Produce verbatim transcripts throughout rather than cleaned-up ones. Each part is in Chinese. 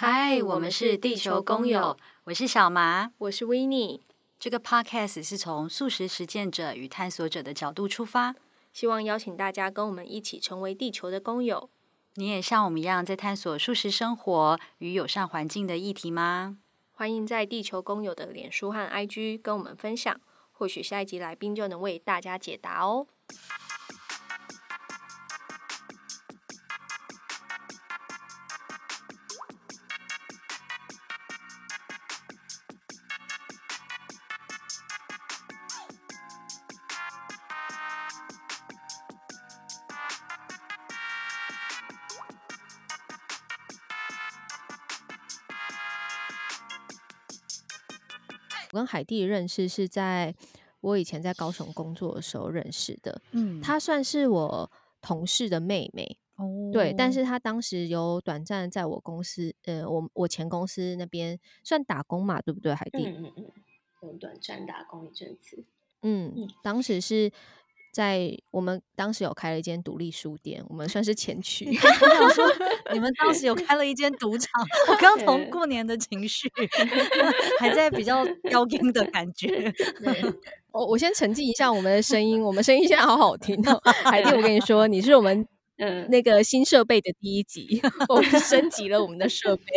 嗨，我们是地球工友， 我是小麻， 我是 Winnie。 这个 podcast 是从素食实践者与探索者的角度出发， 希望邀请大家跟我们一起成为地球的工友。 你也像我们一样在探索素食生活与友善环境的议题吗？ 欢迎在地球工友的脸书和 I G 跟我们分享，或许下一集来宾就能为大家解答哦。我跟海蒂认识是在我以前在高雄工作的时候认识的，嗯，她算是我同事的妹妹，哦，对，但是她当时有短暂在我公司，呃，我我前公司那边算打工嘛，对不对，海蒂？ 嗯嗯嗯，有短暂打工一阵子， 嗯，嗯当时是在我们当时有开了一间独立书店，我们算是前驱。 我想说，你们当时有开了一间赌场，我刚从过年的情绪还在比较高音的感觉。 对，我我先沉浸一下我们的声音，我们声音现在好好听哦。海蒂，我跟你说，你是我们嗯那个新设备的第一集，我们升级了我们的设备。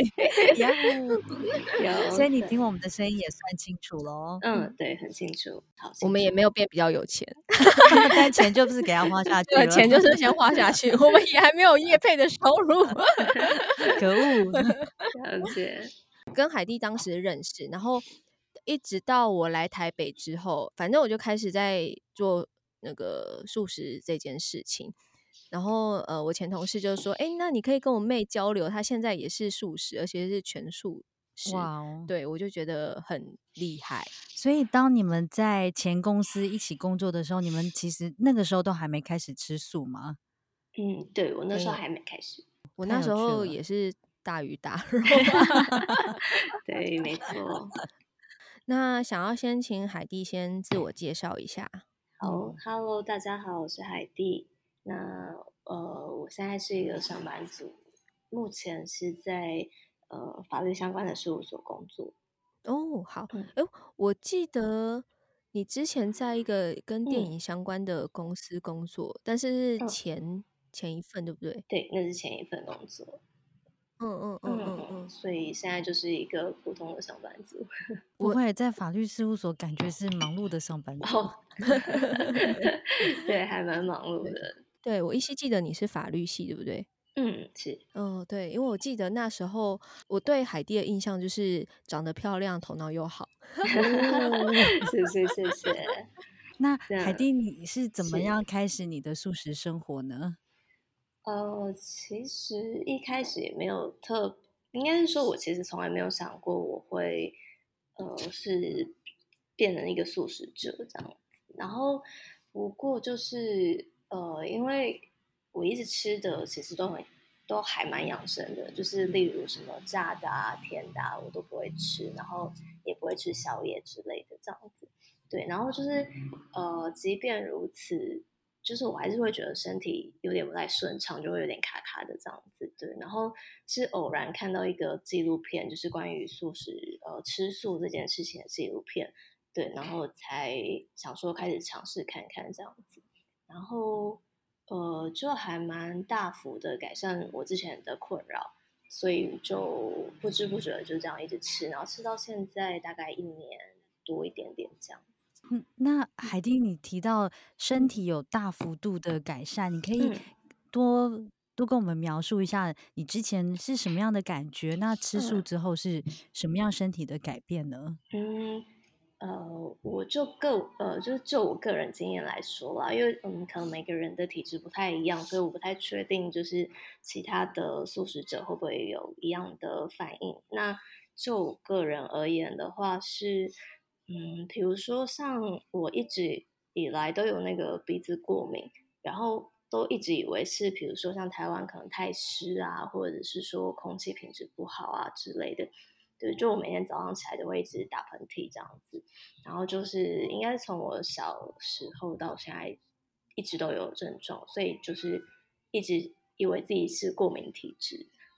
有， 所以你听我们的声音也算清楚咯。 嗯，对，很清楚。好， 我们也没有变比较有钱， 但钱就不是给他花下去了， 钱就是先花下去，我们也还没有业配的收入。 可恶！ 了解。 跟海蒂当时认识，然后一直到我来台北之后，反正我就开始在做那个素食这件事情。然后呃，我前同事就说：“哎，那你可以跟我妹交流，她现在也是素食，而且是全素食。”哇哦！对，我就觉得很厉害。 所以当你们在前公司一起工作的时候，你们其实那个时候都还没开始吃素吗？ 嗯，对，我那时候还没开始。 我那时候也是大鱼大肉。 对，没错。 那想要先请海蒂先自我介绍一下。 好 ，Hello， 大家好，我是海蒂。那呃，我现在是一个上班族，目前是在呃法律相关的事务所工作。 哦，好，哎、嗯，我记得你之前在一个跟电影相关的公司工作，嗯、但是是前、嗯、前一份，对不对？ 对，那是前一份工作。 嗯嗯嗯嗯嗯， 所以现在就是一个普通的上班族。 不会在法律事务所，感觉是忙碌的上班族。 哦、对，还蛮忙碌的。 对，我依稀记得你是法律系，对不对？ 嗯，是。 嗯、哦，对，因为我记得那时候我对海蒂的印象就是长得漂亮，头脑又好。 是是是是。 那海蒂，你是怎么样开始你的素食生活呢？ 呃，其实一开始也没有特，应该是说我其实从来没有想过我会，呃，是变成一个素食者这样。然后不过就是呃，因为我一直吃的其实都很都还蛮养生的，就是例如什么炸的啊、甜的啊，我都不会吃，然后也不会吃宵夜之类的这样子。对，然后就是呃，即便如此。就是我还是会觉得身体有点不太顺畅，就会有点卡卡的这样子，对。然后是偶然看到一个纪录片，就是关于素食呃吃素这件事情的纪录片，对，然后才想说开始尝试看看这样子，然后呃就还蛮大幅的改善我之前的困扰，所以就不知不觉就这样一直吃，然后吃到现在大概一年多一点点这样。 嗯，那海蒂，你提到身体有大幅度的改善，你可以多多跟我们描述一下你之前是什么样的感觉？那吃素之后是什么样身体的改变呢？ 嗯，呃，我就个呃，就是就我个人经验来说啦，因为嗯，可能每个人的体质不太一样，所以我不太确定就是其他的素食者会不会有一样的反应。那就我个人而言的话是。嗯，比如说像我一直以来都有那个鼻子过敏，然后都一直以为是，比如说像台湾可能太湿啊，或者是说空气品质不好啊之类的。对，就我每天早上起来都会一直打喷嚏这样子，然后就是应该是从我小时候到现在一直都有症状，所以就是一直以为自己是过敏体质。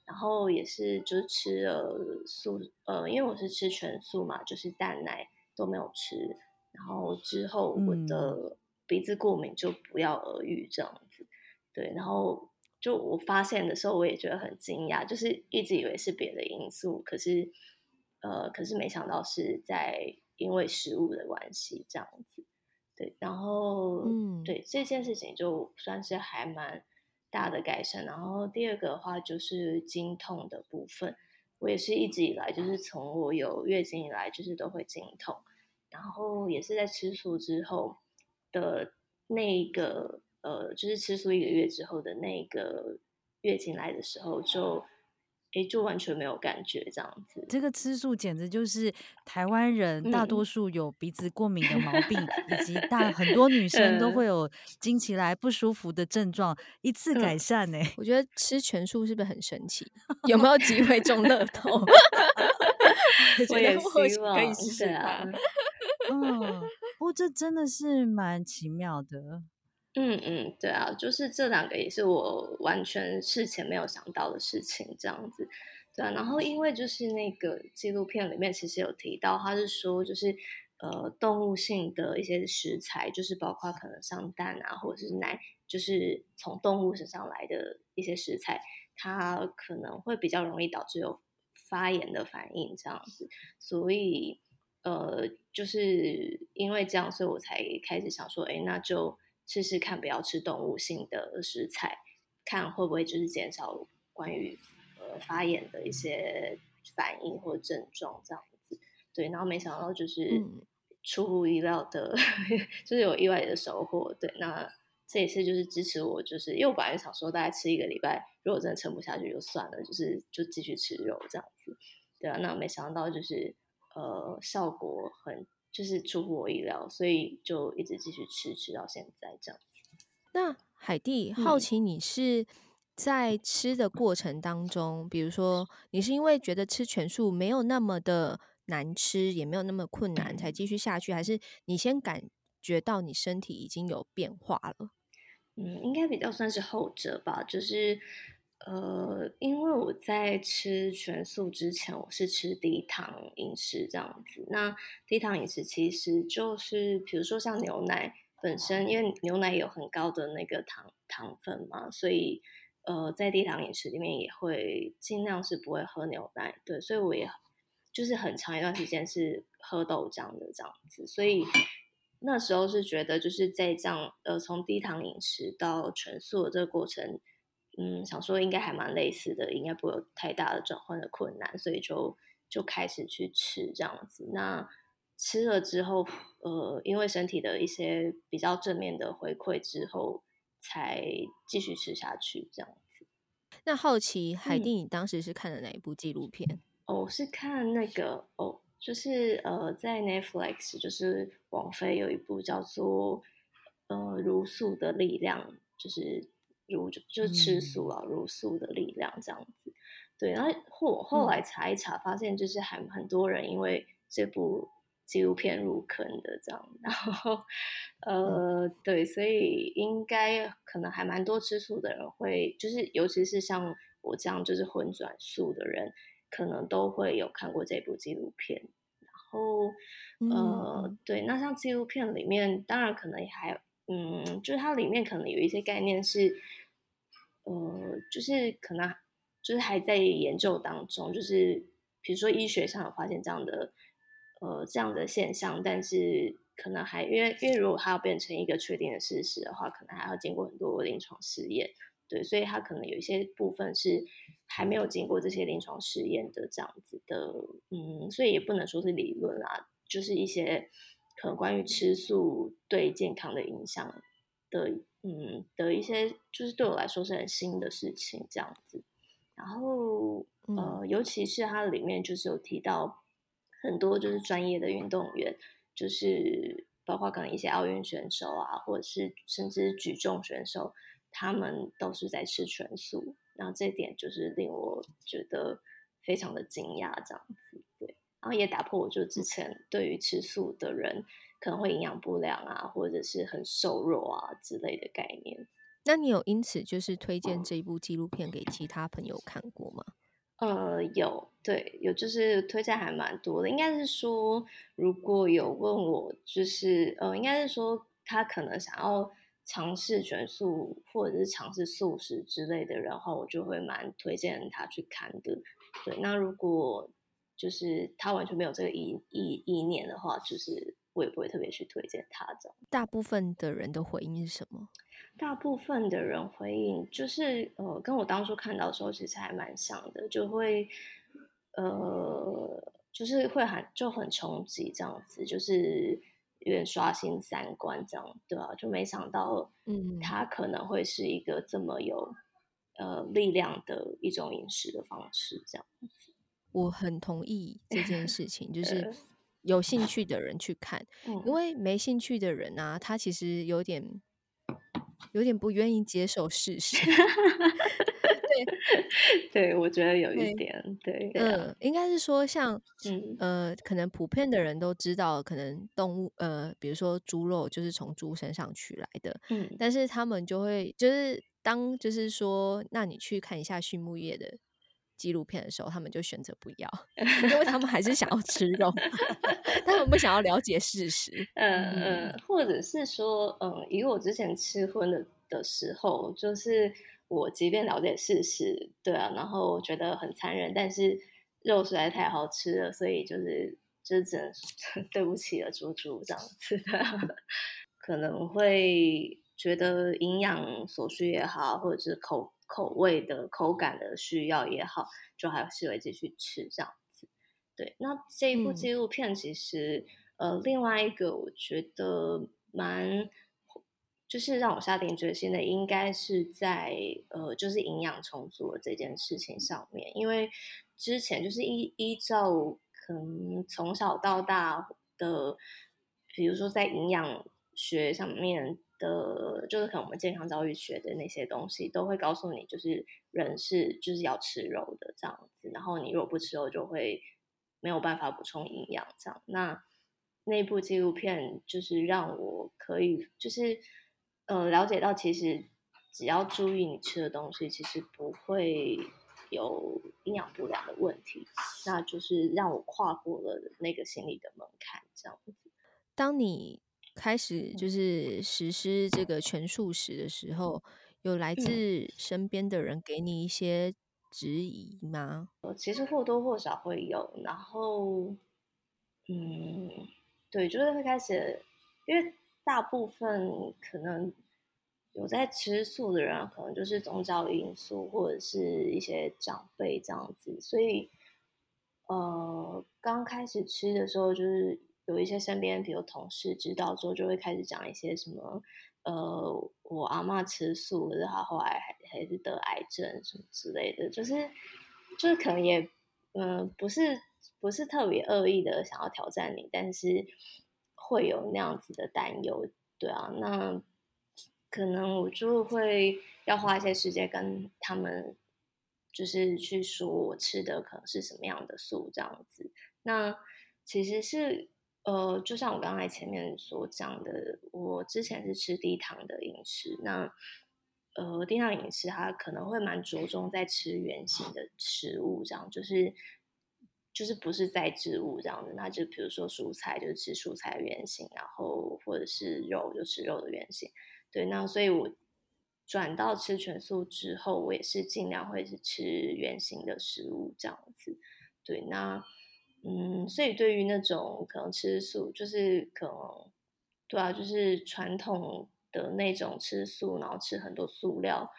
然后也是就是吃了素，呃，因为我是吃全素嘛，就是蛋奶都没有吃，然后之后我嗯， 的鼻子过敏就不药而愈这样子，对，然后就我发现的时候，我也觉得很惊讶，就是一直以为是别的因素，可是呃，可是没想到是在因为食物的关系这样子。对，然后嗯对这件事情就算是还蛮大的改善。然后第二个的话就是经痛的部分，我也是一直以来就是从我有月经以来就是都会经痛，然后也是在吃素之后的那个呃，就是吃素一个月之后的那个月经来的时候就，诶就完全没有感觉这样子。 这个吃素简直就是台湾人大多嗯数有鼻子过敏的毛病，以及大很多女生都会呃有经期来不舒服的症状，一次改嗯， 善呢、 我觉得吃全素是不是很神奇？有没有机会中乐透？我觉得我也或许可以希望， 试试对啊。 看。 嗯，不过这真的是蛮奇妙的。 嗯嗯，对啊，就是这两个也是我完全事前没有想到的事情，这样子，对啊。然后因为就是那个纪录片里面其实有提到，他是说就是呃动物性的一些食材，就是包括可能像蛋啊或者是奶，就是从动物身上来的一些食材，它可能会比较容易导致有发炎的反应这样子，所以呃，就是因为这样，所以我才开始想说，哎，那就试试看，不要吃动物性的食材，看会不会就是减少关于呃发炎的一些反应或症状这样子。对，然后没想到就是嗯， 出乎意料的，就是有意外的收获。对，那这也是就是支持我，就是因为我本来想说大概吃一个礼拜，如果真的撑不下去就算了，就是就继续吃肉这样子。对啊，那没想到就是呃效果很就是出乎我意料，所以就一直继续吃吃到现在这样。 那海蒂，好嗯奇你是在吃的过程当中，比如说你是因为觉得吃全素没有那么的难吃，也没有那么困难，才继续下去，还是你先感觉到你身体已经有变化了？ 嗯，应该比较算是后者吧，就是呃，因为我在吃全素之前，我是吃低糖饮食这样子。那低糖饮食其实就是比如说像牛奶本身，因为牛奶有很高的那个糖糖分嘛，所以呃，在低糖饮食里面也会尽量是不会喝牛奶，对，所以我也就是很长一段时间是喝豆浆的这样子，所以那时候是觉得就是在这样呃从低糖饮食到全素的这个过程，嗯，想说应该还蛮类似的，应该不会有太大的转换的困难，所以就就开始去吃这样子。那吃了之后，呃，因为身体的一些比较正面的回馈之后，才继续吃下去这样子。 那好奇海嗯。 蒂，你当时是看了哪一部纪录片？ 哦，我是看那个哦，就是呃，在 Netflix，就是网飞有一部叫做呃《茹素的力量》，就是茹就就是吃素嗯， 啊，茹素的力量这样子。对，然后后后来嗯查一查，发现就是还很多人因为这部纪录片入坑的这样，然后嗯， 呃对，所以应该可能还蛮多吃素的人会，就是尤其是像我这样就是荤转素的人。可能都会有看过这部纪录片。然后，呃， 嗯嗯对，那像纪录片里面，当然可能也还，嗯，就是它里面可能有一些概念是，呃，就是可能就是还在研究当中，就是比如说医学上有发现这样的，呃，这样的现象，但是可能还因为因为如果它要变成一个确定的事实的话，可能还要经过很多临床试验。对，所以它可能有一些部分是还没有经过这些临床试验的这样子的，嗯，所以也不能说是理论啦，就是一些可能关于吃素对健康的影响的，嗯的一些，就是对我来说是很新的事情这样子。然后嗯呃，尤其是它里面就是有提到很多就是专业的运动员，就是包括可能一些奥运选手啊，或者是甚至举重选手，他们都是在吃全素，然后这点就是令我觉得非常的惊讶，这样子，对，然后也打破我就之前对于吃素的人可能会营养不良啊，或者是很瘦弱啊之类的概念。 那你有因此就是推荐这一部纪录片给其他朋友看过吗？ 呃，有，对，有，就是推荐还蛮多的。应该是说，如果有问我，就是呃，应该是说他可能想要尝试全素或者是尝试素食之类的，然后我就会蛮推荐他去看的。对，那如果就是他完全没有这个意意意念的话，就是我也不会特别去推荐他这样。 大部分的人的回应是什么？ 大部分的人回应就是呃，跟我当初看到的时候其实还蛮像的，就会呃，就是会很就很冲击这样子，就是有点刷新三观这样，对啊，就没想到嗯， 它可能会是一个这么有呃力量的一种饮食的方式，这样。 我很同意这件事情，就是呃， 有兴趣的人去看，因嗯， 为没兴趣的人啊，他其实有点有点不愿意接受事实。对对，我觉得有一对， 点，对对啊， 嗯，应该是说像嗯呃，可能普遍的人都知道，可能动物呃，比如说猪肉就是从猪身上取来的， 嗯。 但是他们就会就是当就是说，那你去看一下畜牧业的纪录片的时候，他们就选择不要，因为他们还是想要吃肉，他们不想要了解事实。 呃嗯呃，或者是说，嗯，以我之前吃荤的的时候，就是我即便了解事实，对啊，然后我觉得很残忍，但是肉实在太好吃了，所以就是就是只能对不起了猪猪这样子的，可能会觉得营养所需也好，或者是口口味的口感的需要也好，就还是会继续吃这样子。对，那这一部嗯纪录片其实，呃，另外一个我觉得蛮，就是让我下定决心的，应该是在呃，就是营养充足的这件事情上面，因为之前就是依依照可能从小到大的，比如说在营养学上面的，就是可能我们健康教育学的那些东西，都会告诉你，就是人是就是要吃肉的这样子，然后你如果不吃肉，就会没有办法补充营养这样。那那部纪录片就是让我可以就是呃了解到，其实只要注意你吃的东西，其实不会有营养不良的问题。那就是让我跨过了那个心理的门槛，这样子。 当你开始就嗯是实施这个全素食的时候，有来嗯， 自身边的人给你一些质疑吗？ 呃，其实或多或少会有，然后嗯，对，就是会开始，因为大部分可能有在吃素的人啊，可能就是宗教因素或者是一些长辈这样子，所以呃，刚开始吃的时候，就是有一些身边，比如同事知道之后，就会开始讲一些什么，呃，我阿嬷吃素，可是她后来还还是得癌症什么之类的，就是就是可能也嗯、呃不是不是特别恶意的想要挑战你，但是会有那样子的担忧，对啊，那可能我就会要花一些时间跟他们，就是去说我吃的可能是什么样的素这样子。那其实是呃，就像我刚才前面所讲的，我之前是吃低糖的饮食，那呃，低糖饮食它可能会蛮着重在吃原形的食物，这样就是就是不是在植物这样子，那就比如说蔬菜就是吃蔬菜的原形，然后或者是肉就吃肉的原形。对，那所以我转到吃全素之后，我也是尽量会是吃原形的食物这样子。对，那嗯，所以对于那种可能吃素，就是可能对啊，就是传统的那种吃素，然后吃很多素料，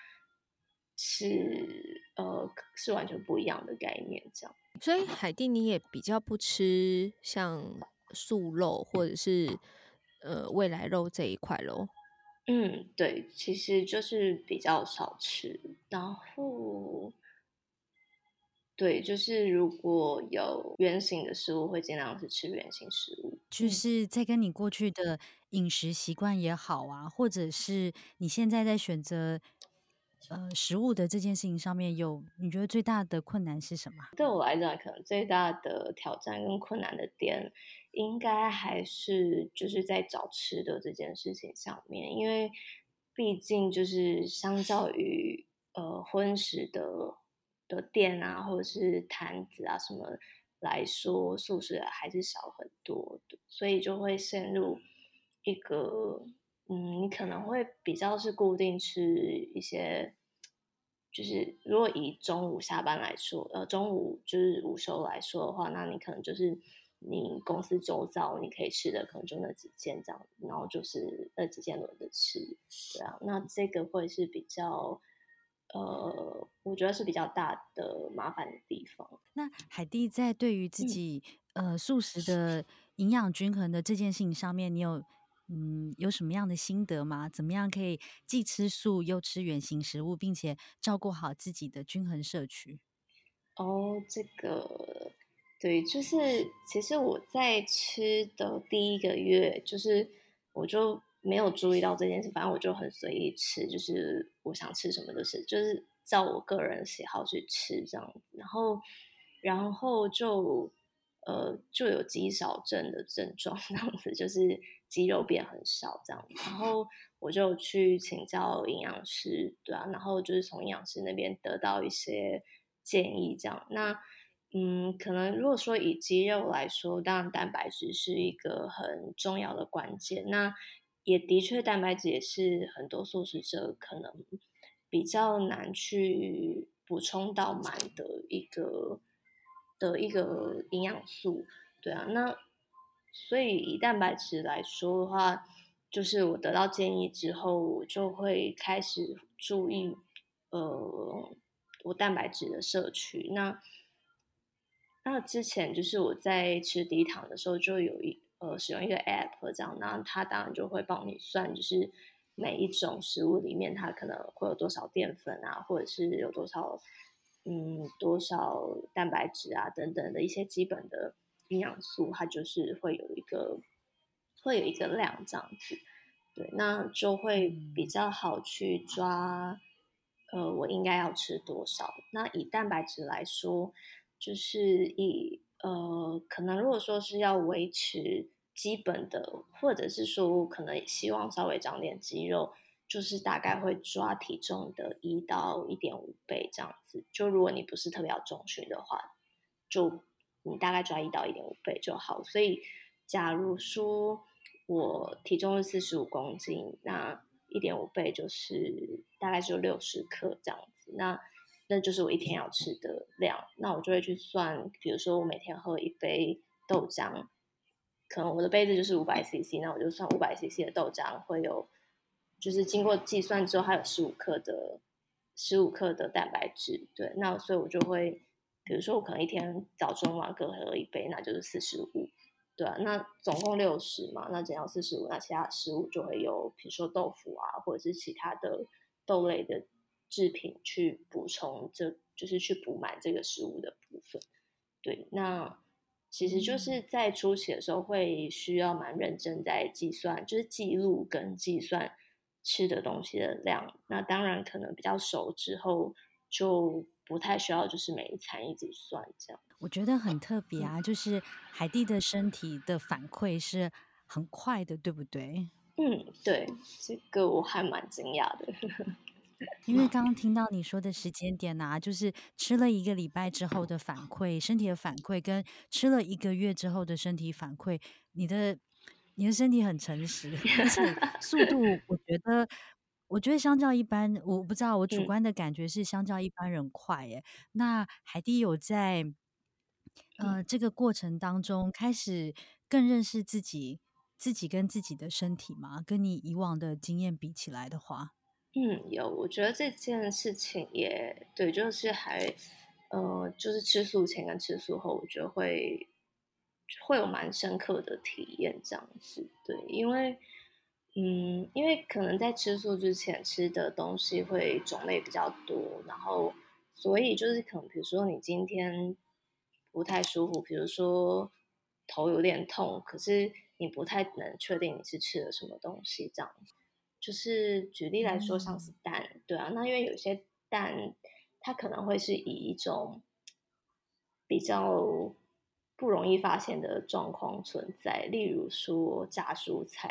是呃是完全不一样的概念，这样。 所以海蒂你也比较不吃像素肉或者是呃未来肉这一块咯。 嗯，对，其实就是比较少吃，然后对，就是如果有原形的食物，会尽量是吃原形食物。 就嗯。 是在跟你过去的饮食习惯也好啊，或者是你现在在选择呃食物的这件事情上面有，你觉得最大的困难是什么？ 对我来讲，可能最大的挑战跟困难的点，应该还是就是在找吃的这件事情上面，因为毕竟就是相较于呃荤食的的店啊，或者是摊子啊什么来说，素食的还是少很多的，所以就会陷入一个嗯，你可能会比较是固定吃一些。就是如果以中午下班来说，呃，中午就是午休来说的话，那你可能就是你公司周遭你可以吃的可能就那几件这样，然后就是那几件轮着吃，对啊，那这个会是比较，呃，我觉得是比较大的麻烦的地方。 那海蒂在对于自嗯。 己呃素食的营养均衡的这件事情上面，你有嗯有什么样的心得吗？怎么样可以既吃素又吃原形食物，并且照顾好自己的均衡摄取？ 哦，这个对，就是其实我在吃的第一个月，就是我就没有注意到这件事，反正我就很随意吃，就是我想吃什么就是，就是照我个人喜好去吃这样子，然后然后就呃就有肌少症的症状，这样子就是肌肉变很少这样子，然后我就去请教营养师，对啊，然后就是从营养师那边得到一些建议，这样。那嗯，可能如果说以肌肉来说，当然蛋白质是一个很重要的关键。那也的确，蛋白质也是很多素食者可能比较难去补充到满的一个的一个营养素。对啊，那所以以蛋白质来说的话，就是我得到建议之后，我就会开始注意，呃，我蛋白质的摄取。那那之前就是我在吃低糖的时候，就有一呃使用一个 app 这样，那它当然就会帮你算，就是每一种食物里面它可能会有多少淀粉啊，或者是有多少嗯多少蛋白质啊等等的一些基本的营养素，它就是会有一个会有一个量这样子。对，那就会比嗯。 较好去抓，呃，我应该要吃多少。那以蛋白质来说，就是以呃，可能如果说是要维持基本的，或者是说可能希望稍微长点肌肉，就是大概会抓体重的一到一点五倍这样子。就如果你不是特别要重训的话，就你大概抓一到一点五倍就好。所以，假如说我体重是四十五公斤，那一点五倍就是大概就六十克这样子。那那就是我一天要吃的量。那我就会去算，比如说我每天喝一杯豆浆，可能我的杯子就是五百 C C，那我就算五百 C C 的豆浆会有，就是经过计算之后，它有十五克的十五克的蛋白质。对，那所以我就会，比如说我可能一天早中晚各喝一杯，那就是四十五。对啊，那总共六十嘛，那减掉四十五，那其他食物就会有，比如说豆腐啊，或者是其他的豆类的制品去补充这，就是去补满这个食物的部分。对，那其实就是嗯。 在初期的时候会需要蛮认真在计算，就是记录跟计算吃的东西的量。那当然可能比较熟之后就不太需要，就是每一餐一直算这样。 我觉得很特别啊，就是海蒂的身体的反馈是很快的，对不对？ 嗯，对，这个我还蛮惊讶的。 因为刚刚听到你说的时间点啊，就是吃了一个礼拜之后的反馈，身体的反馈跟吃了一个月之后的身体反馈，你的你的身体很诚实，而且速度，我觉得我觉得相较一般，我不知道我主嗯观的感觉是相较一般人快耶。那海蒂有在嗯。 呃这个过程当中开始更认识自己，自己跟自己的身体吗？跟你以往的经验比起来的话。 嗯，有，我觉得这件事情也对，就是还，呃，就是吃素前跟吃素后，我觉得会会有蛮深刻的体验这样子。对，因为，嗯，因为可能在吃素之前吃的东西会种类比较多，然后所以就是可能比如说你今天不太舒服，比如说头有点痛，可是你不太能确定你是吃了什么东西这样子。就是举例来说，像是嗯。 蛋，对啊，那因为有些蛋它可能会是以一种比较不容易发现的状况存在，例如说炸蔬菜，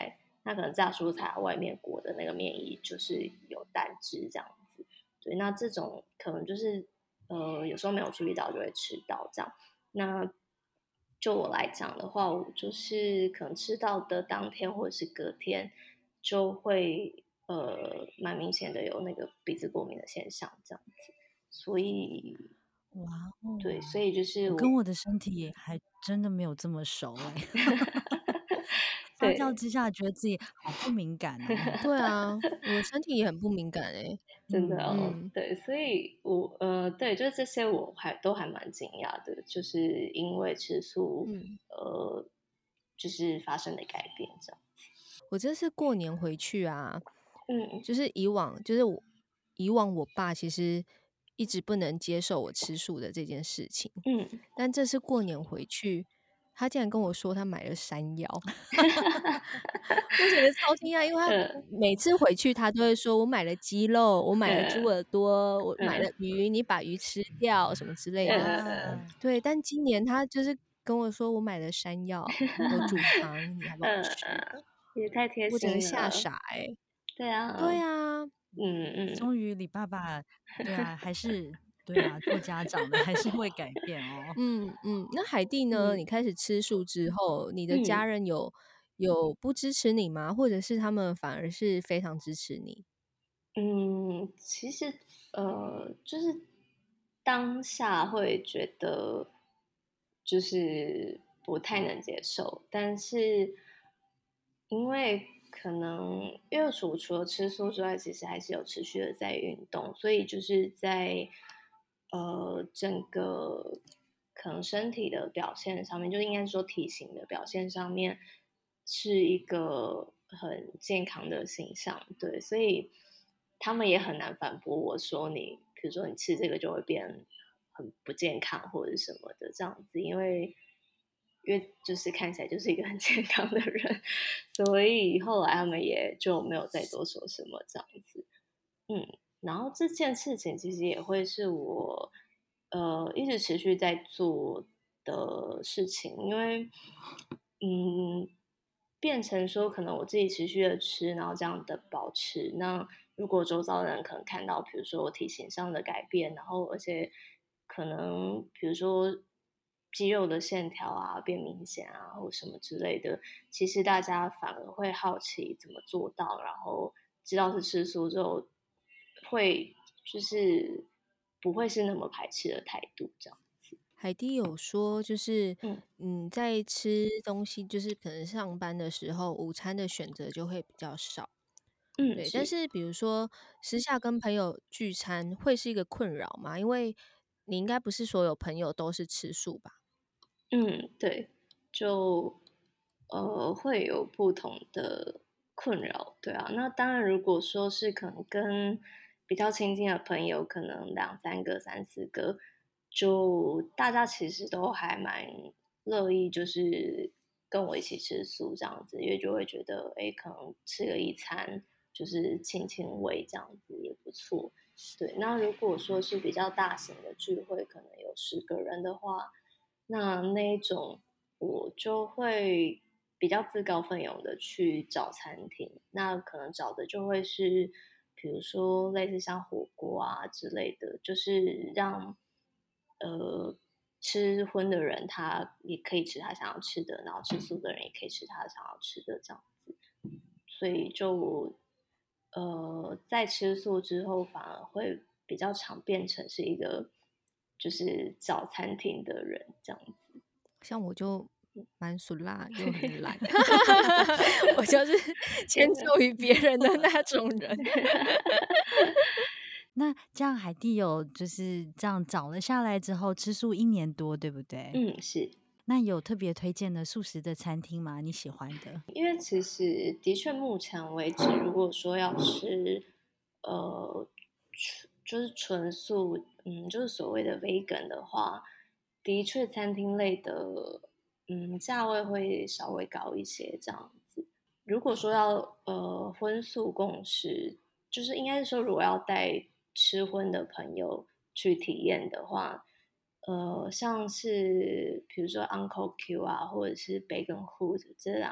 那可能炸蔬菜外面裹的那个面衣就是有蛋汁这样子。对，那这种可能就是呃有时候没有注意到就会吃到这样。那就我来讲的话，我就是可能吃到的当天或者是隔天就会呃蛮明显的有那个鼻子过敏的现象这样子。所以哇哦， 对，所以就是我我跟我的身体还真的没有这么熟哎、相较对， 之下，觉得自己好不敏感哦。 对啊，我身体也很不敏感诶。 真的嗯， 哦， 嗯对，所以我呃，对，就是这些我还都还蛮惊讶的，就是因为吃素， 嗯， 呃，就是发生的改变这样。 我这次过年回去啊， 嗯就是以往就是我以往我爸其实一直不能接受我吃素的这件事情， 嗯， 但这次过年回去，他竟然跟我说他买了山药。我整个超惊讶，因为他呃每次回去他都会说："我买了鸡肉，我买了猪呃耳朵，我买了呃鱼，你把鱼吃掉，什么之类的。" 呃哇， 对，但今年他就是跟我说："我买了山药，我煮汤，你要不要呃吃？" 呃，也太贴我整个心了。 吓傻欸。 对啊， 对啊， 嗯嗯终于李爸爸，对啊，还是对啊，做家长的还是会改变哦。 嗯嗯。那海蒂呢？ 嗯你开始吃素之后，你的家嗯。 人有有不支持你吗？或者是他们反而是非常支持你？ 嗯，其实呃，就是当下会觉得就是不太能接受，但是因为可能因为除除了吃素之外，其实还是有持续的在运动，所以就是在呃整个可能身体的表现上面，就应该说体型的表现上面是一个很健康的形象，对，所以他们也很难反驳我说你，比如说你吃这个就会变很不健康或者什么的这样子，因为因为就是看起来就是一个很健康的人，所以后来他们也就没有再多说什么这样子。嗯，然后这件事情其实也会是我呃一直持续在做的事情，因为嗯，变成说可能我自己持续的吃，然后这样的保持。那如果周遭的人可能看到，比如说我体型上的改变，然后而且可能比如说肌肉的线条啊变明显啊，或什么之类的，其实大家反而会好奇怎么做到，然后知道是吃素之后，会就是不会是那么排斥的态度这样。 海蒂有说，就是嗯嗯，在吃东西，就是可能上班的时候，午餐的选择就会比较少。 嗯， 对，但是。 是比如说私下跟朋友聚餐，会是一个困扰吗？因为你应该不是所有朋友都是吃素吧？ 嗯，对，就呃会有不同的困扰，对啊。那当然，如果说是可能跟比较亲近的朋友，可能两三个、三四个，就大家其实都还蛮乐意，就是跟我一起吃素这样子，因为就会觉得，哎，可能吃个一餐就是亲亲味这样子也不错。对，那如果说是比较大型的聚会，可能有十个人的话。那那一种我就会比较自告奋勇的去找餐厅，那可能找的就会是，比如说类似像火锅啊之类的，就是让呃吃荤的人他也可以吃他想要吃的，然后吃素的人也可以吃他想要吃的这样子，所以就呃在吃素之后，反而会比较常变成是一个就是找餐厅的人这样子。 像我就蛮俗辣又很懒，我就是迁就于别人的那种人。 那这样海蒂有就是这样找了下来之后，吃素一年多，对不对？ 嗯，是。 那有特别推荐的素食的餐厅吗？你喜欢的？ 因为其实的确，目前为止，如果说要吃，呃，纯就是纯素，嗯，就是所谓的 vegan 的话，的确餐厅类的，嗯，价位会稍微高一些这样子。如果说要呃荤素共食，就是应该是说，如果要带吃荤的朋友去体验的话，呃，像是比如说 Uncle Q 啊，或者是 Bacon Hood 这两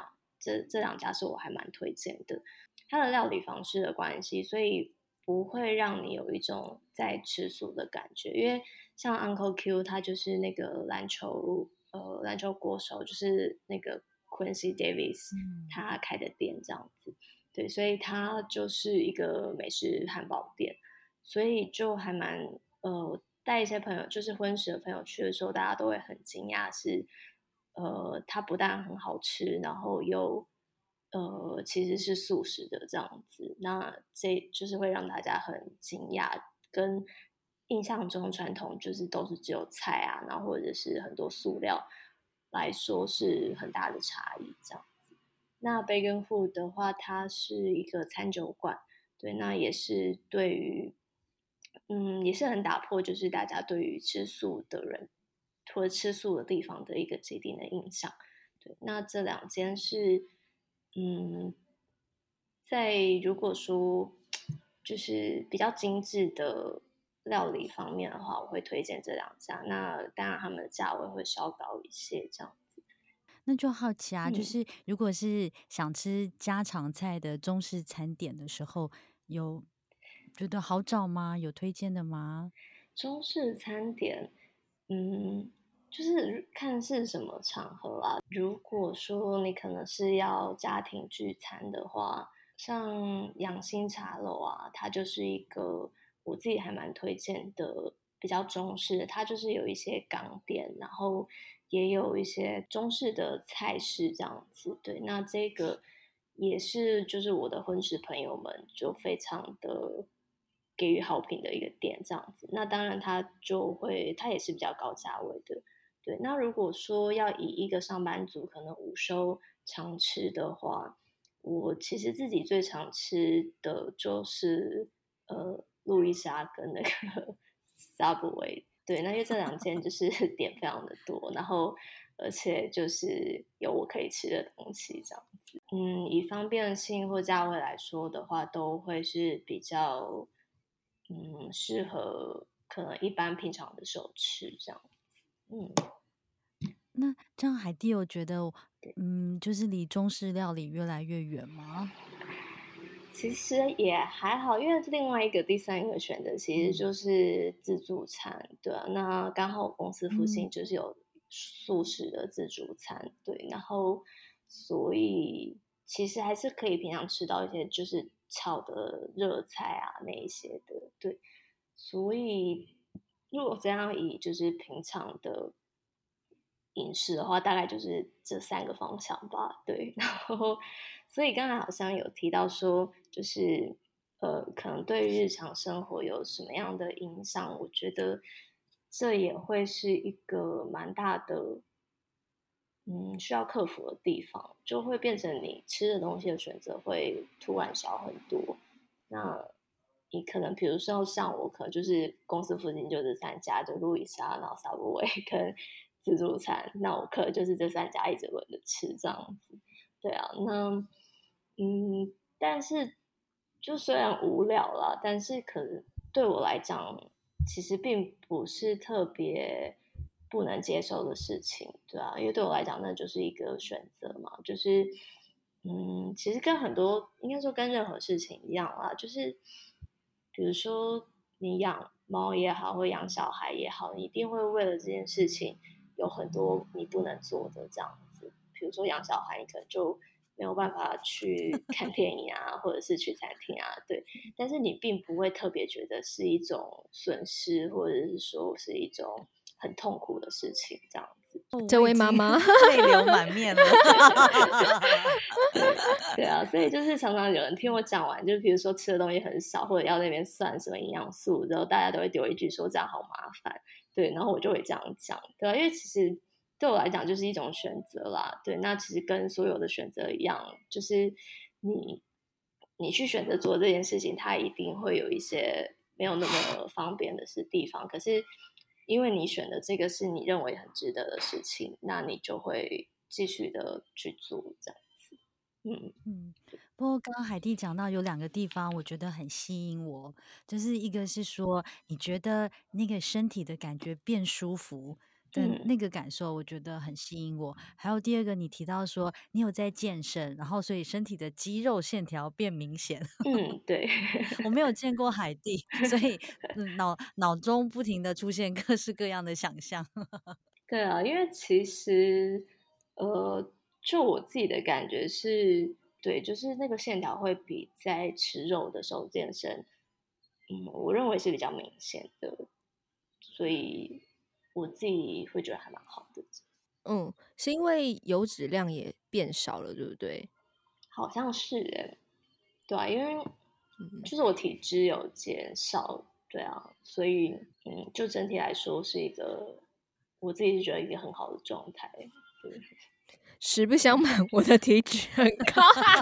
这这两家是我还蛮推荐的。它的料理方式的关系，所以不会让你有一种在吃素的感觉。因为像 Uncle Q 他就是那个篮球呃篮球国手，就是那个 Quincy Davis 嗯， 他开的店这样子。对，所以它就是一个美式汉堡店，所以就还蛮呃，带一些朋友，就是荤食的朋友去的时候，大家都会很惊讶是，呃，它不但很好吃，然后又呃其实是素食的这样子，那这就是会让大家很惊讶，跟印象中传统就是都是只有菜啊，然后或者是很多素料来说是很大的差异这样。那 Bacon Food 的话，它是一个餐酒馆，对，那也是对于，嗯，也是很打破就是大家对于吃素的人或者吃素的地方的一个既定的印象。对，那这两间是，嗯，在如果说就是比较精致的料理方面的话，我会推荐这两家。那当然，他们的价位会稍高一些，这样。 那就好奇啊，就嗯。 是如果是想吃家常菜的中式餐点的时候，有觉得好找吗？有推荐的吗？ 中式餐点，嗯，就是看是什么场合啊。如果说你可能是要家庭聚餐的话，像养心茶楼啊，它就是一个我自己还蛮推荐的，比较中式的。它就是有一些港点，然后也有一些中式的菜式这样子。对，那这个也是就是我的婚食朋友们就非常的给予好评的一个店这样子。那当然它就会它也是比较高价位的。对，那如果说要以一个上班族可能午休常吃的话，我其实自己最常吃的就是呃路易莎跟那个 Subway。对，那因为这两间就是点非常的多，然后而且就是有我可以吃的东西这样子。嗯，以方便性或价位来说的话，都会是比较嗯适合可能一般平常的时候吃这样。嗯。 那这样海蒂有觉得，嗯，就是离中式料理越来越远吗？ 其实也还好，因为另外一个第三个选择其实嗯就是自助餐，对啊。那刚好我公司附嗯近就是有素食的自助餐，对，然后所以其实还是可以平常吃到一些就是炒的热菜啊那一些的，对。所以如果这样以就是平常的饮食的话，大概就是这三个方向吧。对，然后所以刚才好像有提到说，就是呃，可能对于日常生活有什么样的影响？我觉得这也会是一个蛮大的，嗯，需要克服的地方，就会变成你吃的东西的选择会突然少很多。那你可能比如说像我，可能就是公司附近就这三家，就路易莎，然后 Subway 跟自助餐，那我可能就是这三家一直轮着吃这样子。对啊，那嗯，但是就虽然无聊啦，但是可能对我来讲，其实并不是特别不能接受的事情，对啊，因为对我来讲，那就是一个选择嘛，就是嗯，其实跟很多应该说跟任何事情一样啦，就是比如说你养猫也好，或养小孩也好，你一定会为了这件事情有很多你不能做的这样子。比如说养小孩，你可能就没有办法去看电影啊，或者是去餐厅啊，对。但是你并不会特别觉得是一种损失，或者是说是一种很痛苦的事情这样子。 哦， 这我已经位妈妈， 泪流满面了。 对对啊，所以就是常常有人听我讲完，就比如说吃的东西很少，或者要那边算什么营养素，然后大家都会丢一句说这样好麻烦，对，然后我就会这样讲，对啊，因为其实对我来讲就是一种选择啦，对，那其实跟所有的选择一样，就是你你去选择做这件事情，它一定会有一些没有那么方便的是地方，可是因为你选的这个是你认为很值得的事情，那你就会继续的去做这样子。嗯。 嗯，不过刚刚海蒂讲到有两个地方，我觉得很吸引我，就是一个是说你觉得那个身体的感觉变舒服， 的嗯那个感受，我觉得很吸引我。还有第二个，你提到说你有在健身，然后所以身体的肌肉线条变明显。 嗯，对， 我没有见过海蒂，所以嗯脑脑中不停的出现各式各样的想象。 对啊，因为其实呃，就我自己的感觉是，对，就是那个线条会比在吃肉的时候健身，嗯，我认为是比较明显的，所以我自己会觉得还蛮好的。 嗯，是因为油脂量也变少了，对不对？ 好像是诶，对啊，因为嗯， 就是我体脂有减少，对啊，所以嗯，就整体来说是一个我自己是觉得一个很好的状态。对， 实不相瞒，我的体脂很高。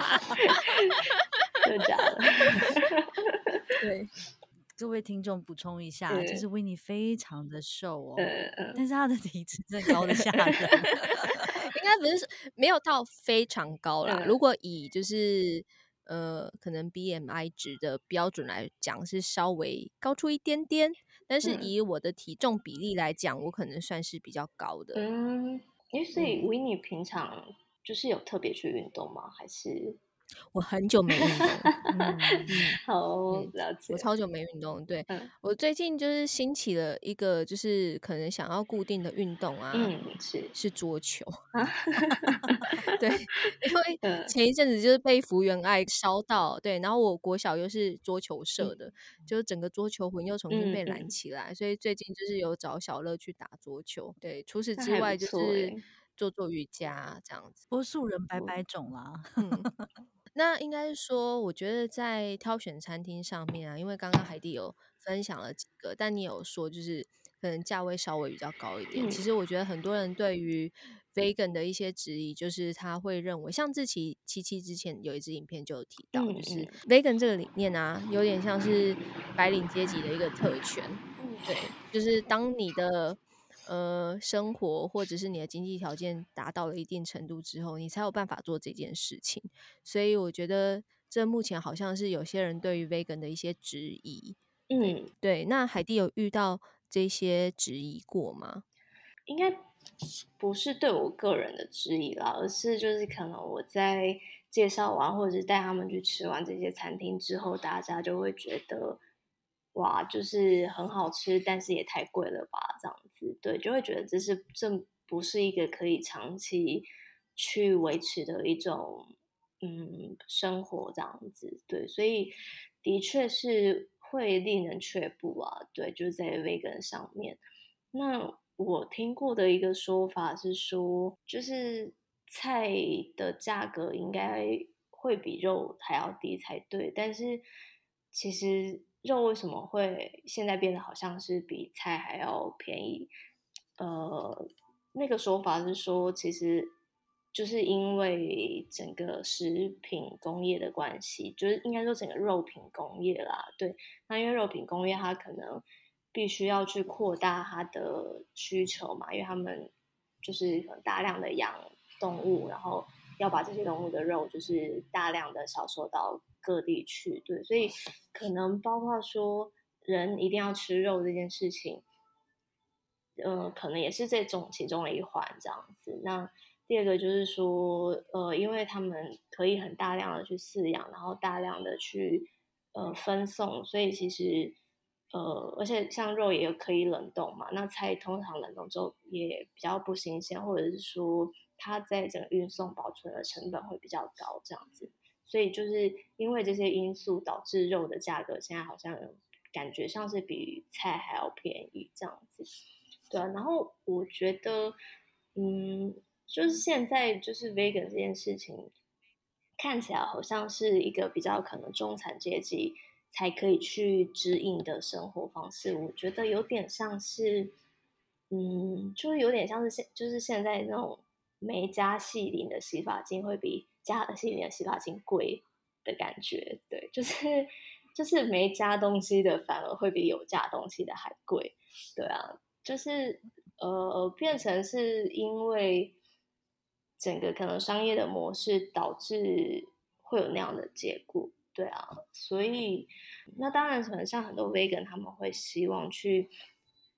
真的假的？ 对， 各位听众补充一下，就嗯是维尼非常的瘦哦， 嗯嗯但是他的体脂真的高的吓人。 应该不是没有到非常高啦。如嗯果以就是呃，可能 B M I 值的标准来讲，是稍微高出一点点。但是嗯以我的体重比例来讲，我可能算是比较高的。 嗯，诶，所以嗯， 维尼平常就是有特别去运动吗？还是？ 我很久没运动。 嗯， 嗯。 好， 嗯， 了解。 我超久没运动。对， 嗯我最近就是兴起了一个，就是可能想要固定的运动啊， 嗯，是是桌球。 啊， 对，因为嗯前一阵子就是被福原爱烧到，对，然后我国小又是桌球社嗯的，就是整个桌球魂又重新被燃嗯嗯， 起来，所以最近就是有找小乐去打桌球。对，除此那还不之外就是错诶。 做做瑜伽这样子。 多数人百我百种啦。 嗯。那应该是说，我觉得在挑选餐厅上面啊，因为刚刚海蒂有分享了几个，但你有说就是可能价位稍微比较高一点。 嗯其实我觉得很多人对于 vegan 的一些质疑，就是他会认为，像志奇七七之前有一支影片就有提到，就是嗯嗯 vegan 这个理念啊，有点像是白领阶级的一个特权。对，就是当你的呃生活或者是你的经济条件达到了一定程度之后，你才有办法做这件事情。所以我觉得这目前好像是有些人对于 vegan 的一些质疑。对嗯， 对，那海蒂有遇到这些质疑过吗？ 应该不是对我个人的质疑啦，而是就是可能我在介绍完或者是带他们去吃完这些餐厅之后，大家就会觉得哇，就是很好吃，但是也太贵了吧，这样子，对，就会觉得这是这不是一个可以长期去维持的一种嗯生活这样子，对，所以的确是会令人却步啊，对，就是在 vegan 上面。那我听过的一个说法是说，就是菜的价格应该会比肉还要低才对，但是其实肉为什么会现在变得好像是比菜还要便宜？呃，那个说法是说，其实就是因为整个食品工业的关系，就是应该说整个肉品工业啦，对，那因为肉品工业它可能必须要去扩大它的需求嘛，因为他们就是很大量的养动物，然后要把这些动物的肉就是大量的销售到各地去，对，所以可能包括说人一定要吃肉这件事情，呃，可能也是这种其中的一环这样子。那第二个就是说，呃，因为他们可以很大量的去饲养，然后大量的去呃分送，所以其实呃，而且像肉也有可以冷冻嘛，那菜通常冷冻之后也比较不新鲜，或者是说它在整个运送保存的成本会比较高这样子。所以就是因为这些因素导致肉的价格现在好像感觉上是比菜还要便宜这样子。对啊，然后我觉得，嗯，就是现在就是 vegan 这件事情，看起来好像是一个比较可能中产阶级才可以去指引的生活方式。我觉得有点像是，嗯，就是有点像是现就是现在那种没加细鳞的洗发精会比加了细鳞的洗发精贵的感觉。对，就是就是没加东西的反而会比有加东西的还贵。对啊，就是呃，变成是因为整个可能商业的模式导致会有那样的结果，对啊，所以那当然可能像很多 vegan 他们会希望去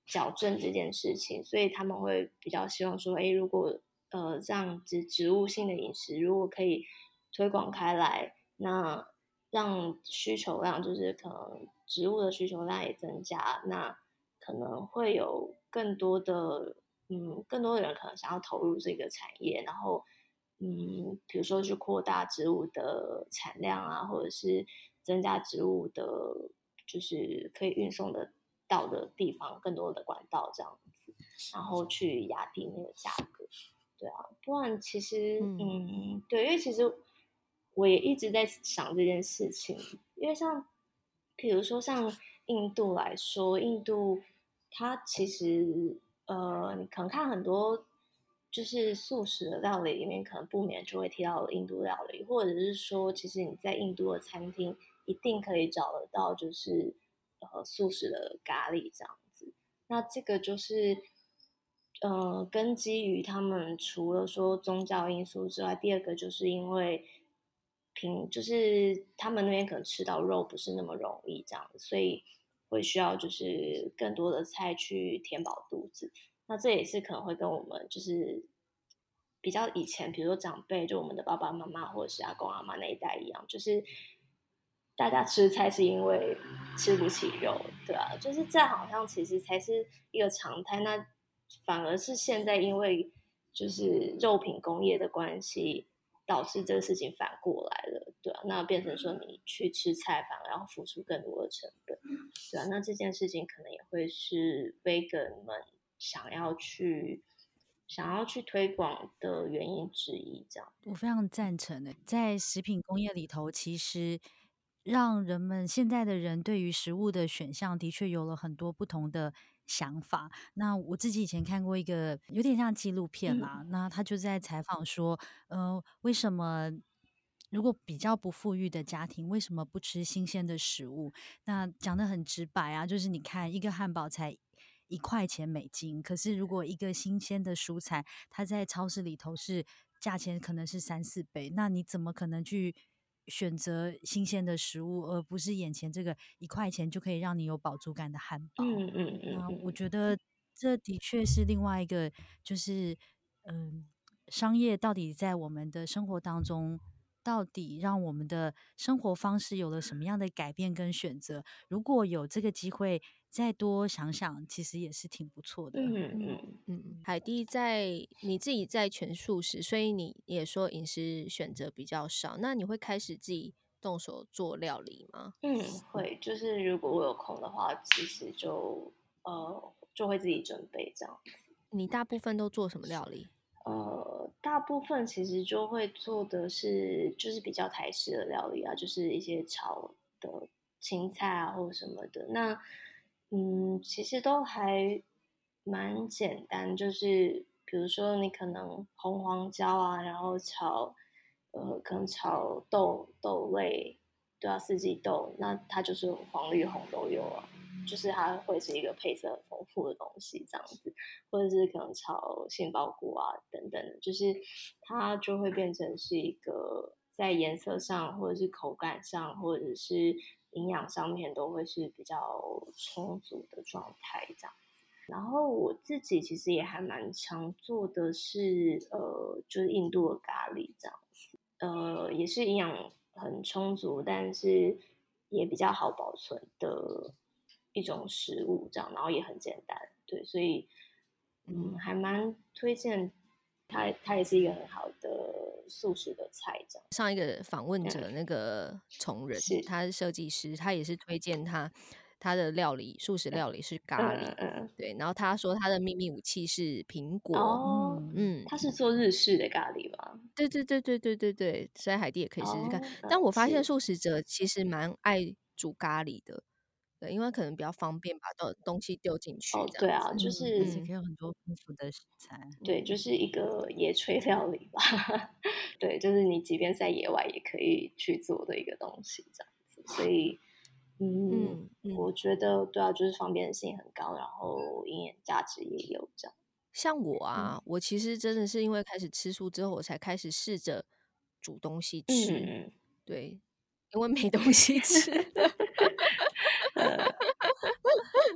矫正这件事情，所以他们会比较希望说，哎，如果呃这样子植物性的饮食如果可以推广开来，那让需求量就是可能植物的需求量也增加，那可能会有更多的嗯更多的人可能想要投入这个产业，然后嗯比如说去扩大植物的产量啊，或者是增加植物的就是可以运送的到的地方更多的管道这样子，然后去压低那个价格。对啊，不然其实嗯嗯对，因为其实我也一直在想这件事情，因为像比如说像印度来说，印度它其实呃，你可能看很多就是素食的料理里面，可能不免就会提到印度料理，或者是说，其实你在印度的餐厅一定可以找得到，就是呃素食的咖喱这样子。那这个就是呃根基于他们除了说宗教因素之外，第二个就是因为平就是他们那边可能吃到肉不是那么容易这样子，所以会需要就是更多的菜去填饱肚子。那这也是可能会跟我们就是比较以前，比如说长辈，就我们的爸爸妈妈或者是阿公阿妈那一代一样，就是大家吃菜是因为吃不起肉，对啊，就是这好像其实才是一个常态。那反而是现在因为就是肉品工业的关系，导致这个事情反过来了，对啊，那变成说你去吃菜反而要付出更多的成本，对啊，那这件事情可能也会是 vegan 们想要去想要去推广的原因之一，这样。 我非常赞成的，在食品工业里头，其实让人们现在的人对于食物的选项的确有了很多不同的想法。那我自己以前看过一个有点像纪录片嗯啦，那他就在采访说，呃，为什么如果比较不富裕的家庭，为什么不吃新鲜的食物？那讲得很直白啊，就是你看一个汉堡才一块钱美金，可是如果一个新鲜的蔬菜，它在超市里头是价钱可能是三四倍，那你怎么可能去选择新鲜的食物，而不是眼前这个一块钱就可以让你有饱足感的汉堡？ 嗯嗯嗯那我嗯觉得这的确是另外一个，就是嗯，商业到底在我们的生活当中，到底让我们的生活方式有了什么样的改变跟选择？如果有这个机会再多想想，其实也是挺不错的。 嗯嗯嗯嗯，海蒂在你自己在全素食，所以你也说饮食选择比较少，那你会开始自己动手做料理吗？ 嗯，会，就是如果我有空的话，其实就呃就会自己准备这样。 你大部分都做什么料理？ 呃，大部分其实就会做的是就是比较台式的料理啊，就是一些炒的青菜啊或者什么的。那嗯，其实都还蛮简单，就是比如说你可能红黄椒啊，然后炒呃可能炒豆豆类，对啊，四季豆，那它就是黄绿红都有啊，就是它会是一个配色很丰富的东西这样子。或者是可能炒杏鲍菇啊等等的，就是它就会变成是一个在颜色上，或者是口感上，或者是营养上面都会是比较充足的状态这样。然后我自己其实也还蛮常做的是，呃，就是印度的咖喱这样子，呃，也是营养很充足，但是也比较好保存的一种食物，这样，然后也很简单，对，所以嗯，还蛮推荐它，它也是一个很好的素食的菜，这样。 上一个访问者嗯， 那个虫人， 是， 他是设计师，他也是推荐他他的料理素食料理是嗯咖喱， 嗯嗯， 对，然后他说他的秘密武器是苹果， 哦， 嗯， 嗯， 它是做日式的咖喱吗？ 对对对对对对对，所以海蒂也可以试试看。 哦， 但嗯， 我发现是， 素食者其实蛮爱煮咖喱的，对，因为可能比较方便把东东西丢进去哦， 这样对啊， 子， 就嗯，而且是， 可以有很多丰富的食材。 对，就是一个野炊料理吧。对，就是你即便在野外也可以去做的一个东西，这样子。所以，嗯， 嗯嗯。 我觉得对啊，就是方便性很高，然后营养价值也有这样。 像我啊， 嗯我其实真的是因为开始吃素之后，我才开始试着煮东西吃。 嗯嗯。 对，因为没东西吃了。 呃，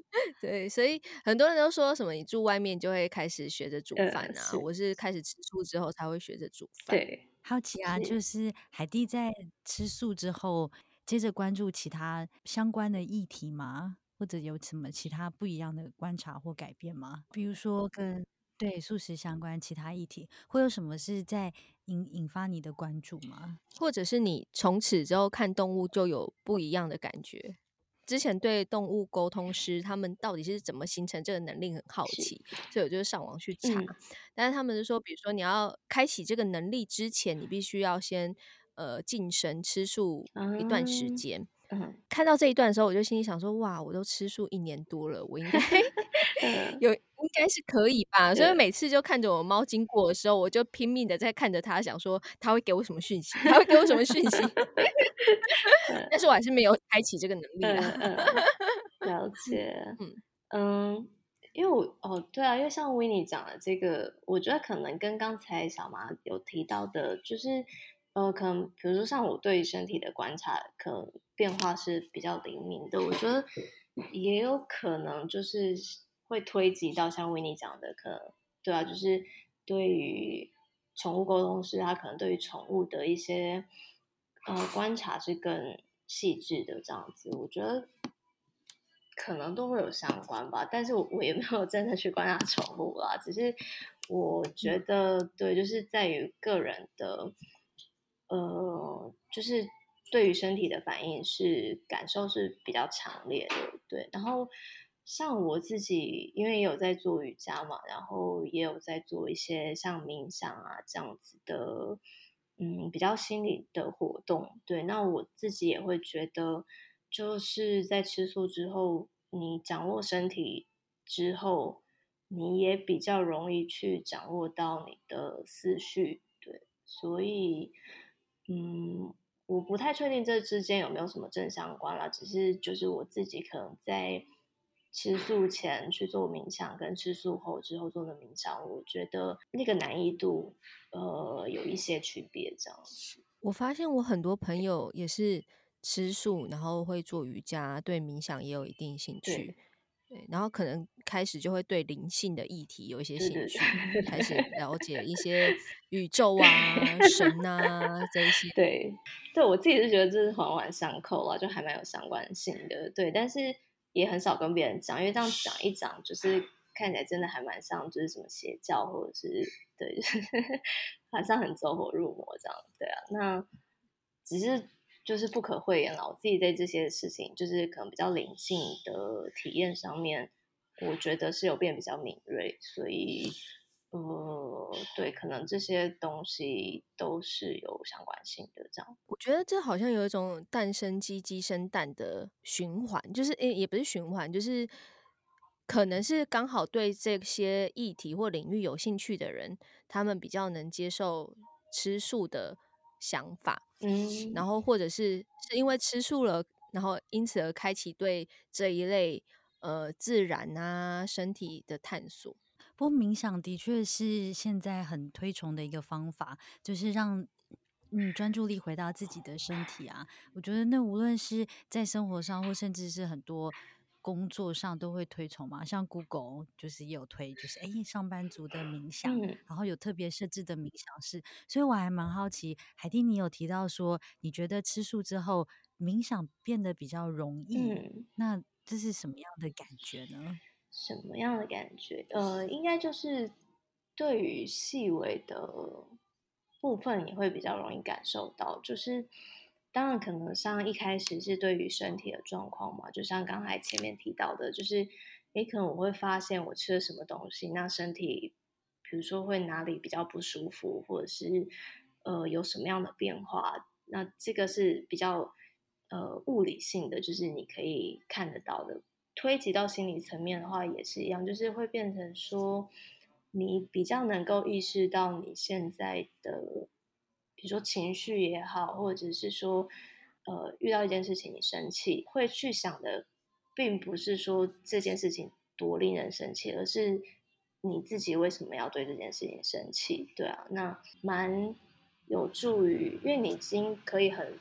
对，所以很多人都说什么你住外面就会开始学着煮饭呃， 啊， 是， 我是开始吃素之后才会学着煮饭。 对， 好奇啊， 是， 就是海蒂在吃素之后，接着关注其他相关的议题吗？或者有什么其他不一样的观察或改变吗？比如说跟对素食相关其他议题，会有什么是在引引发你的关注吗？ 或者是你从此之后看动物就有不一样的感觉。之前对动物沟通师他们到底是怎么形成这个能力很好是， 奇，所以我就上网去查。 嗯， 但是他们是说，比如说你要开启这个能力之前，你必须要先呃禁食吃素一段时嗯， 间。 嗯， 看到这一段的时候，我就心里想说：哇，我都吃素一年多了，我应该嗯， 有应该是可以吧？所以对， 每次就看着我猫经过的时候，我就拼命的在看着它，想说它会给我什么讯息，它会给我什么讯息。但是我还是没有开启这个能力啦。 嗯嗯，了解。 嗯， 嗯，因为我哦，对啊，因为像 w i n n i 讲的这个，我觉得可能跟刚才小马有提到的，就是呃，可能比如说像我对身体的观察，可能变化是比较灵敏的。我觉得也有可能就是会推及到像 w i n n i 讲的，可能对啊，就是对于宠物沟通师，他可能对于宠物的一些呃观察是更细致的这样子。我觉得可能都会有相关吧，但是我我也没有真的去观察宠物啦，只是我觉得对，就是在于个人的，呃，就是对于身体的反应是感受是比较强烈的，对。然后像我自己，因为也有在做瑜伽嘛，然后也有在做一些像冥想啊这样子的，嗯，比较心理的活动，对。那我自己也会觉得。就是在吃素之后，你掌握身体之后，你也比较容易去掌握到你的思绪，对，所以，嗯，我不太确定这之间有没有什么正相关啦，只是就是我自己可能在吃素前去做冥想，跟吃素后之后做的冥想，我觉得那个难易度，呃，有一些区别，这样子， 我发现我很多朋友也是吃素，然后会做瑜伽，对冥想也有一定兴趣。 对， 对，然后可能开始就会对灵性的议题有一些对对兴趣， 对开始对。 了解一些宇宙啊、神啊这一些。 对，对我自己是觉得这是环环相扣啦，就还蛮有相关性的。对，但是也很少跟别人讲，因为这样讲一讲，就是看起来真的还蛮像，就是什么邪教或者是对，就是好像很走火入魔这样。对啊，那只是就是不可讳言啦。我自己在这些事情，就是可能比较灵性的体验上面，我觉得是有变比较敏锐，所以。呃，对，可能这些东西都是有相关性的，这样。 我觉得这好像有一种蛋生鸡，鸡生蛋的循环，就是诶，也不是循环，就是可能是刚好对这些议题或领域有兴趣的人，他们比较能接受吃素的想法，然嗯后或者是是因为吃素了，然后因此而开启对这一类呃自然啊身体的探索。 不过冥想的确是现在很推崇的一个方法，就是让嗯专注力回到自己的身体啊。我觉得那无论是在生活上，或甚至是很多工作上都会推崇嘛。像 Google 就是也有推，就是诶上班族的冥想， 嗯然后有特别设置的冥想室。所以我还蛮好奇，海蒂你有提到说，你觉得吃素之后冥想变得比较容易， 嗯， 那这是什么样的感觉呢？ 什么样的感觉？呃，应该就是对于细微的部分，你会比较容易感受到。就是当然，可能像一开始是对于身体的状况嘛，就像刚才前面提到的，就是诶，可能我会发现我吃了什么东西，那身体比如说会哪里比较不舒服，或者是呃有什么样的变化，那这个是比较呃物理性的，就是你可以看得到的。推及到心理层面的话，也是一样，就是会变成说，你比较能够意识到你现在的，比如说情绪也好，或者是说，呃，遇到一件事情你生气，会去想的，并不是说这件事情多令人生气，而是你自己为什么要对这件事情生气？对啊，那蛮有助于，因为你已经可以很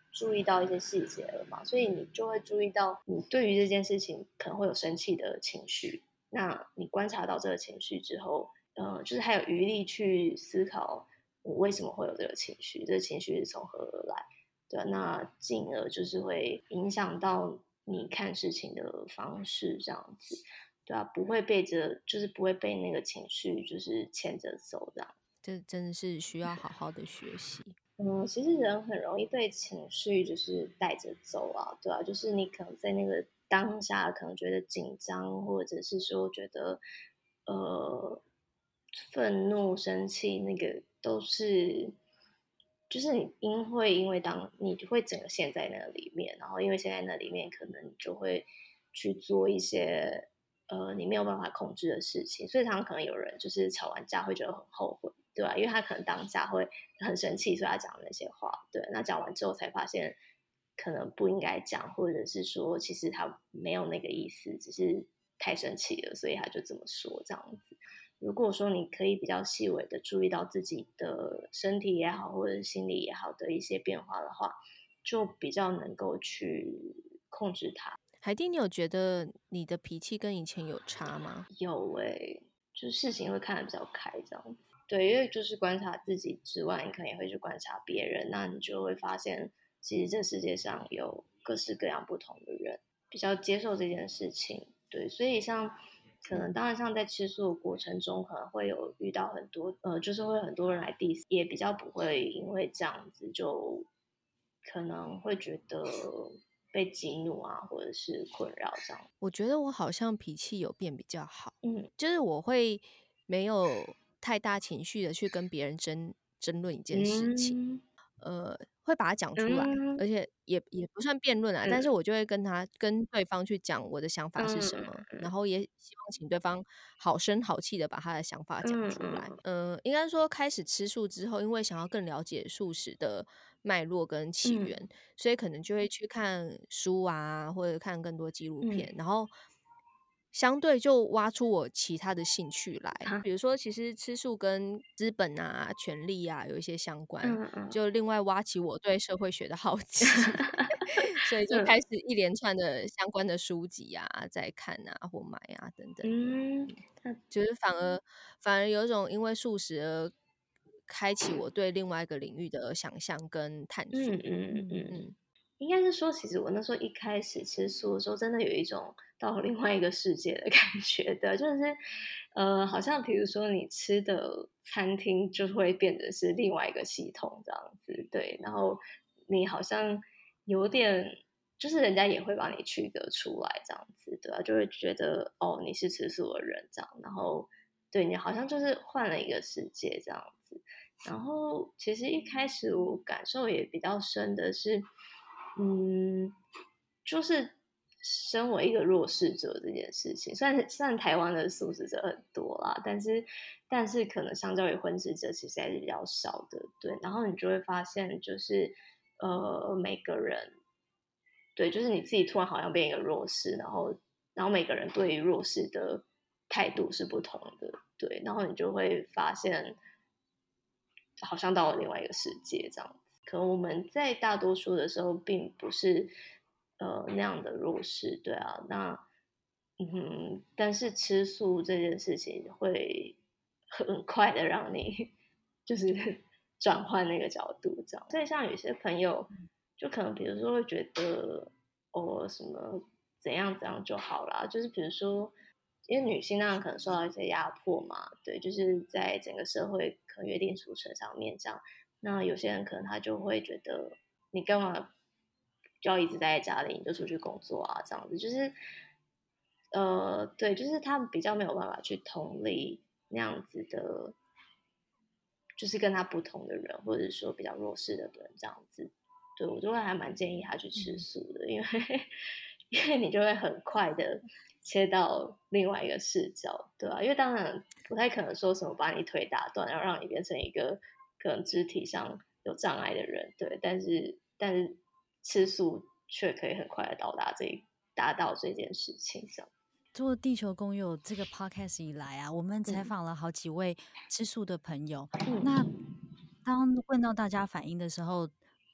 注意到一些细节了嘛，所以你就会注意到你对于这件事情可能会有生气的情绪。那你观察到这个情绪之后，呃，就是还有余力去思考我为什么会有这个情绪，这个情绪是从何而来，对啊，那进而就是会影响到你看事情的方式，这样子，对啊，不会被着，就是不会被那个情绪就是牵着走这样。 这真的是需要好好的学习。 嗯，其实人很容易被情绪就是带着走啊，对啊，就是你可能在那个当下可能觉得紧张，或者是说觉得呃愤怒、生气，那个都是就是你因会因为当你就会整个陷在那里面，然后因为陷在那里面，可能你就会去做一些呃你没有办法控制的事情，所以常常可能有人就是吵完架会觉得很后悔，对吧？因为他可能当下会很生气，所以他讲那些话，对，那讲完之后才发现可能不应该讲，或者是说其实他没有那个意思，只是太生气了，所以他就这么说这样子。如果说你可以比较细微的注意到自己的身体也好，或者是心理也好的一些变化的话，就比较能够去控制它。 海蒂，你有觉得你的脾气跟以前有差吗？ 有诶、就是事情会看得比较开这样子。对，因为就是观察自己之外，你可能也会去观察别人，那你就会发现，其实这世界上有各式各样不同的人，比较接受这件事情。对，所以像可能当然像在吃素的过程中，可能会有遇到很多呃，就是会有很多人来 diss，也比较不会因为这样子就可能会觉得被激怒啊，或者是困扰这样。 我觉得我好像脾气有变比较好， 嗯就是我会没有太大情绪的去跟别人争争论一件事情， 嗯呃，会把它讲出来， 嗯而且也也不算辩论啊，但是嗯我就会跟他跟对方去讲我的想法是嗯什么，然嗯后也希望请对方好声好气的把他的想法讲嗯出来。 嗯嗯、应该说开始吃素之后，因为想要更了解素食的脉络跟起嗯源，所以可能就会去看书啊，或者看更多纪录嗯片，然后相对就挖出我其他的兴趣来。 啊比如说，其实吃素跟资本啊、权利啊有一些相关， 嗯嗯就另外挖起我对社会学的好奇，所以就开嗯始一连串的相关的书籍啊，在看啊或买啊等等的。 嗯，那就是反而反而有一种因为素食而开启我对另外一个领域的想象跟探索。 嗯嗯嗯嗯， 嗯， 应该是说，其实我那时候一开始吃素的时候，真的有一种到了另外一个世界的感觉的，就是呃，好像比如说你吃的餐厅就会变得是另外一个系统这样子，对，然后你好像有点。就是人家也会把你区隔出来，这样子，对啊，就会觉得哦，你是吃素的人这样，然后对你好像就是换了一个世界这样子。然后其实一开始我感受也比较深的是，嗯，就是身为一个弱势者这件事情，虽然虽然台湾的素食者很多啦，但是但是可能相较于荤食者，其实还是比较少的，对。然后你就会发现，就是呃，每个人，对，就是你自己突然好像变一个弱势，然后然后每个人对于弱势的态度是不同的，对，然后你就会发现，好像到了另外一个世界这样子。可能我们在大多数的时候并不是呃那样的弱势，对啊，那嗯，但是吃素这件事情会很快的让你就是转换那个角度，这样。所以像有些朋友，就可能比如说会觉得哦什么怎样怎样就好啦，就是比如说。因为女性当然可能受到一些压迫嘛，对，就是在整个社会可能约定俗成上面这样，那有些人可能他就会觉得你干嘛就要一直待在家里，你就出去工作啊，这样子，就是呃，对，就是他们比较没有办法去同理那样子的，就是跟他不同的人，或者说比较弱势的人这样子。对我就会还蛮建议他去吃素的，因为因为你就会很快的切到另外一个视角，对吧、因为当然不太可能说什么把你腿打断，然后让你变成一个可能肢体上有障碍的人，对，但是但是吃素却可以很快的到达这一达到这件事情上。 做地球公友这个 podcast 以来啊，我们采嗯访了好几位吃素的朋友。那嗯当问到大家反应的时候，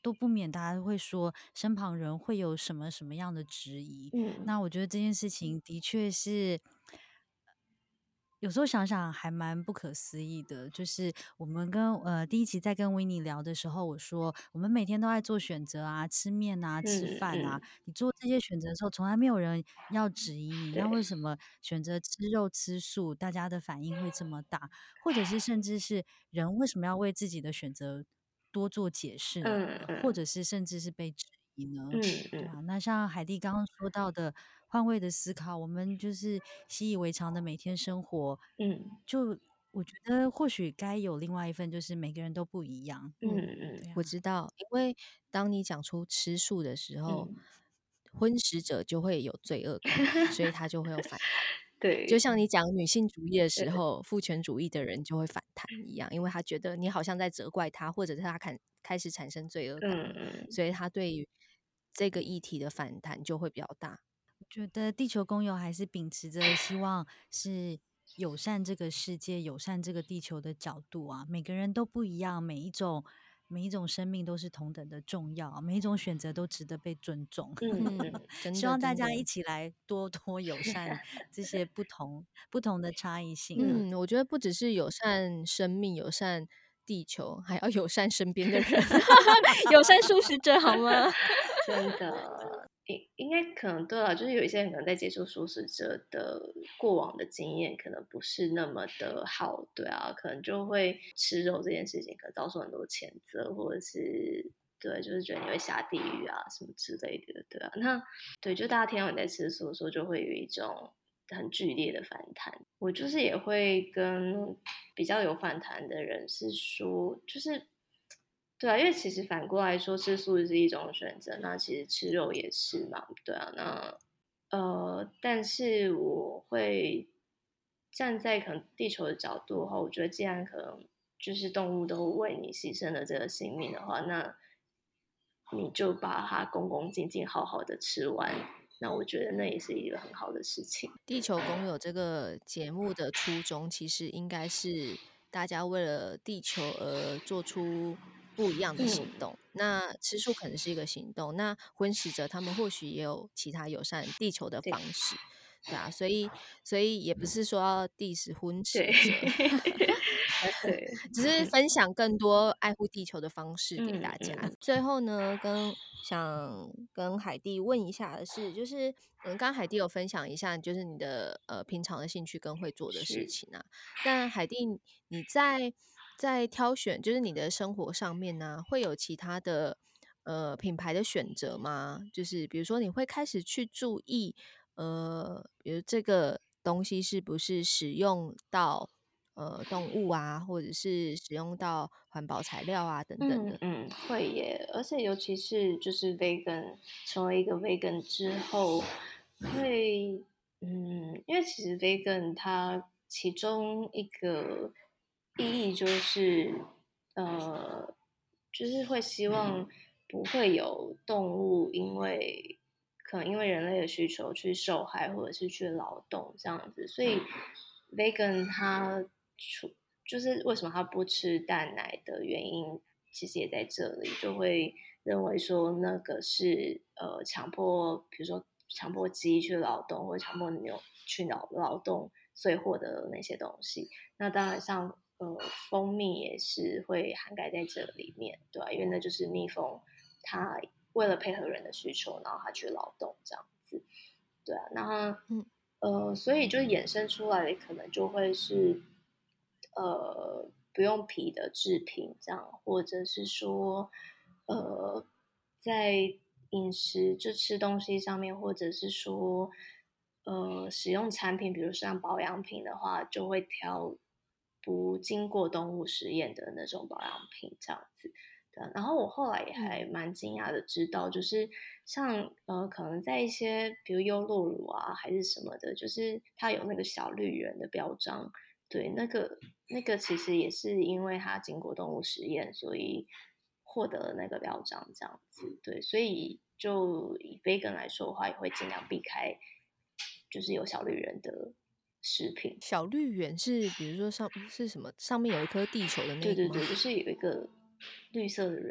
都不免大家会说身旁人会有什么什么样的质疑。 嗯那我觉得这件事情的确是，有时候想想还蛮不可思议的。就是我们跟呃第一期在跟维尼聊的时候，我说我们每天都在做选择啊，吃面啊，吃嗯饭啊， 嗯， 你做这些选择的时候，从来没有人要质疑你。那为对， 什么选择吃肉吃素，大家的反应会这么大？或者是甚至是人为什么要为自己的选择多做解释呢？ 嗯嗯或者是甚至是被质疑呢？ 嗯嗯对啊，那像海蒂刚刚说到的换位的思考，我们就是习以为常的每天生活， 嗯就我觉得或许该有另外一份，就是每个人都不一样。 嗯嗯， 嗯对啊， 我知道，因为当你讲出吃素的时候， 嗯， 荤食者就会有罪恶感，所以他就会有反弹。就对像你讲女性主义的时对， 候，父权主义的人就会反弹一样，因为他觉得你好像在责怪他，或者是他开开始产生罪恶感了， 嗯嗯所以他对于这个议题的反弹就会比较大。 我觉得地球公友还是秉持着希望是友善这个世界、友善这个地球的角度啊，每个人都不一样，每一种每一种生命都是同等的重要，每一种选择都值得被尊重。 嗯嗯， 嗯， 真希望大的真的。 家一起来多多友善这些不同不同的差异性啊。 嗯， 嗯，我觉得不只是友善生命、友善地球，还要友善身边的人，友善素食者好吗？ 真的，应应该可能对啊，就是有一些人可能在接触素食者的过往的经验，可能不是那么的好，对啊，可能就会吃肉这件事情，可能遭受很多谴责，或者是对，就是觉得你会下地狱啊什么之类的，对啊，那对，就大家听到你在吃素的时候，就会有一种很剧烈的反弹。我就是也会跟比较有反弹的人是说，就是对啊，因为其实反过来说，吃素是一种选择，那其实吃肉也是嘛，对啊，那呃，但是我会站在可能地球的角度的话，我觉得既然可能就是动物都为你牺牲了这个性命的话，那你就把它恭恭敬敬、好好的吃完，那我觉得那也是一个很好的事情。 地球公友这个节目的初衷，其实应该是大家为了地球而做出不一样的行嗯， 动。那吃素可能是一个行动，那荤食者他们或许也有其他友善地球的对方式，对啊，所以所以也不是说要 diss 荤对食者， 对， 只是分享更多爱护地球的方式给大家。 嗯嗯最后呢，跟想跟海蒂问一下的是，就是嗯，刚刚海蒂有分享一下，就是你的呃平常的兴趣跟会做的事是， 情啊。但海蒂，你在在挑选，就是你的生活上面呢、会有其他的呃品牌的选择吗？就是比如说，你会开始去注意呃，比如这个东西是不是使用到呃动物啊，或者是使用到环保材料啊等等的。 嗯嗯，会耶，而且尤其是就是 vegan 成为一个 vegan 之后，会嗯，因为其实 vegan 它其中一个意义就是呃，就是会希望不会有动物因为可能因为人类的需求去受害或者是去劳动这样子，所以 vegan 它除就是为什么他不吃蛋奶的原因，其实也在这里，就会认为说那个是呃强迫，比如说强迫鸡去劳动，或者强迫牛去劳劳动，所以获得的那些东西。那当然像呃蜂蜜也是会涵盖在这里面，对吧、因为那就是蜜蜂它为了配合人的需求，然后它去劳动这样子，对啊，那嗯呃，所以就衍生出来的可能就会是。呃不用皮的制品，这样，或者是说，呃，在饮食就吃东西上面，或者是说，呃，使用产品，比如像保养品的话，就会挑不经过动物实验的那种保养品，这样子。对啊，然后我后来也嗯还蛮惊讶的，知道就是像呃，可能在一些比如优酪乳啊，还是什么的，就是它有那个小绿人的标章，对，那个那个其实也是因为它经过动物实验，所以获得了那个标章这样子。对，所以就以 vegan 来说的话，也会尽量避开就是有小绿人的食品。 小绿园是比如说上是什么？上面有一颗地球的那个吗？ 对对对，就是有一个绿色的人。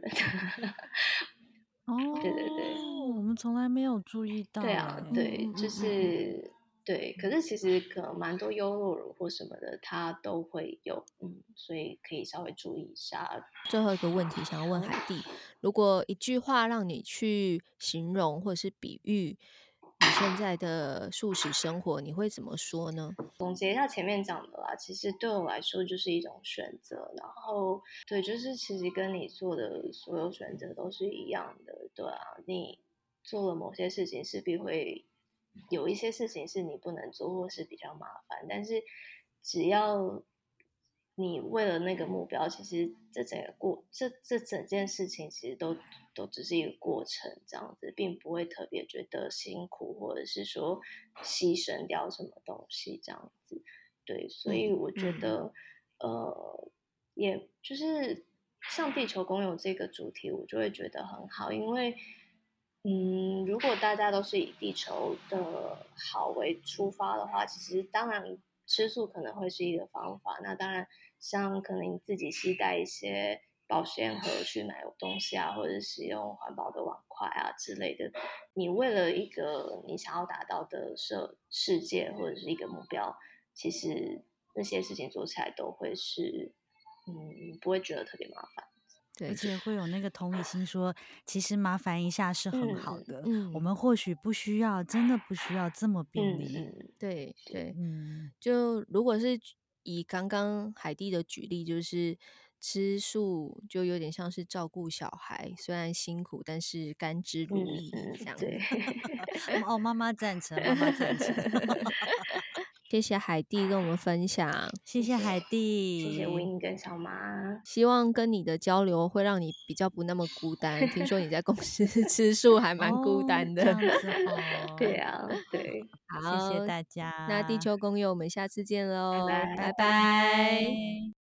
哦， 对对对， 我们从来没有注意到对啊， 哎。 对，就嗯嗯嗯嗯嗯， 是对。可是其实可能蛮多优酪乳或什么的，它都会有，嗯，所以可以稍微注意一下。 最后一个问题想要问海蒂，如果一句话让你去形容或者是比喻你现在的素食生活，你会怎么说呢？ 总结一下前面讲的啦，其实对我来说就是一种选择，然后对，就是其实跟你做的所有选择都是一样的，对啊，你做了某些事情，势必会有一些事情是你不能做，或是比较麻烦，但是只要你为了那个目标，其实这整个过这这整件事情其实都都只是一个过程，这样子，并不会特别觉得辛苦，或者是说牺牲掉什么东西这样子。对，所以嗯我觉嗯得，呃，也就是像地球公有这个主题，我就会觉得很好，因为，嗯，如果大家都是以地球的好为出发的话，其实当然吃素可能会是一个方法。那当然，像可能你自己携带一些保鲜盒去买东西啊，或者使用环保的碗筷啊之类的，你为了一个你想要达到的世世界或者是一个目标，其实那些事情做起来都会是，嗯，不会觉得特别麻烦。 而对， 且会有那个同理心说，其实麻烦一下是很好嗯的，我嗯们或许不需要，真的不需要这么便嗯利。 嗯， 对对， 嗯， 就如果是以刚刚海蒂的举例，就是吃素就有点像是照顾小孩，虽然辛苦，但是甘之嗯如饴这嗯， 样。 对。 哦，妈妈赞成，妈妈赞成。 谢谢海蒂跟我们分享， 谢谢海谢谢蒂。 Win 跟小马。 希望跟你的交流会让你比较不那么孤单。听说你在公司吃素还蛮孤哦， 单的。 这样子哦， 对啊，对， 谢谢好， 大那地家， 球公友，我们下次见拜喽， 拜拜拜。 拜。 拜。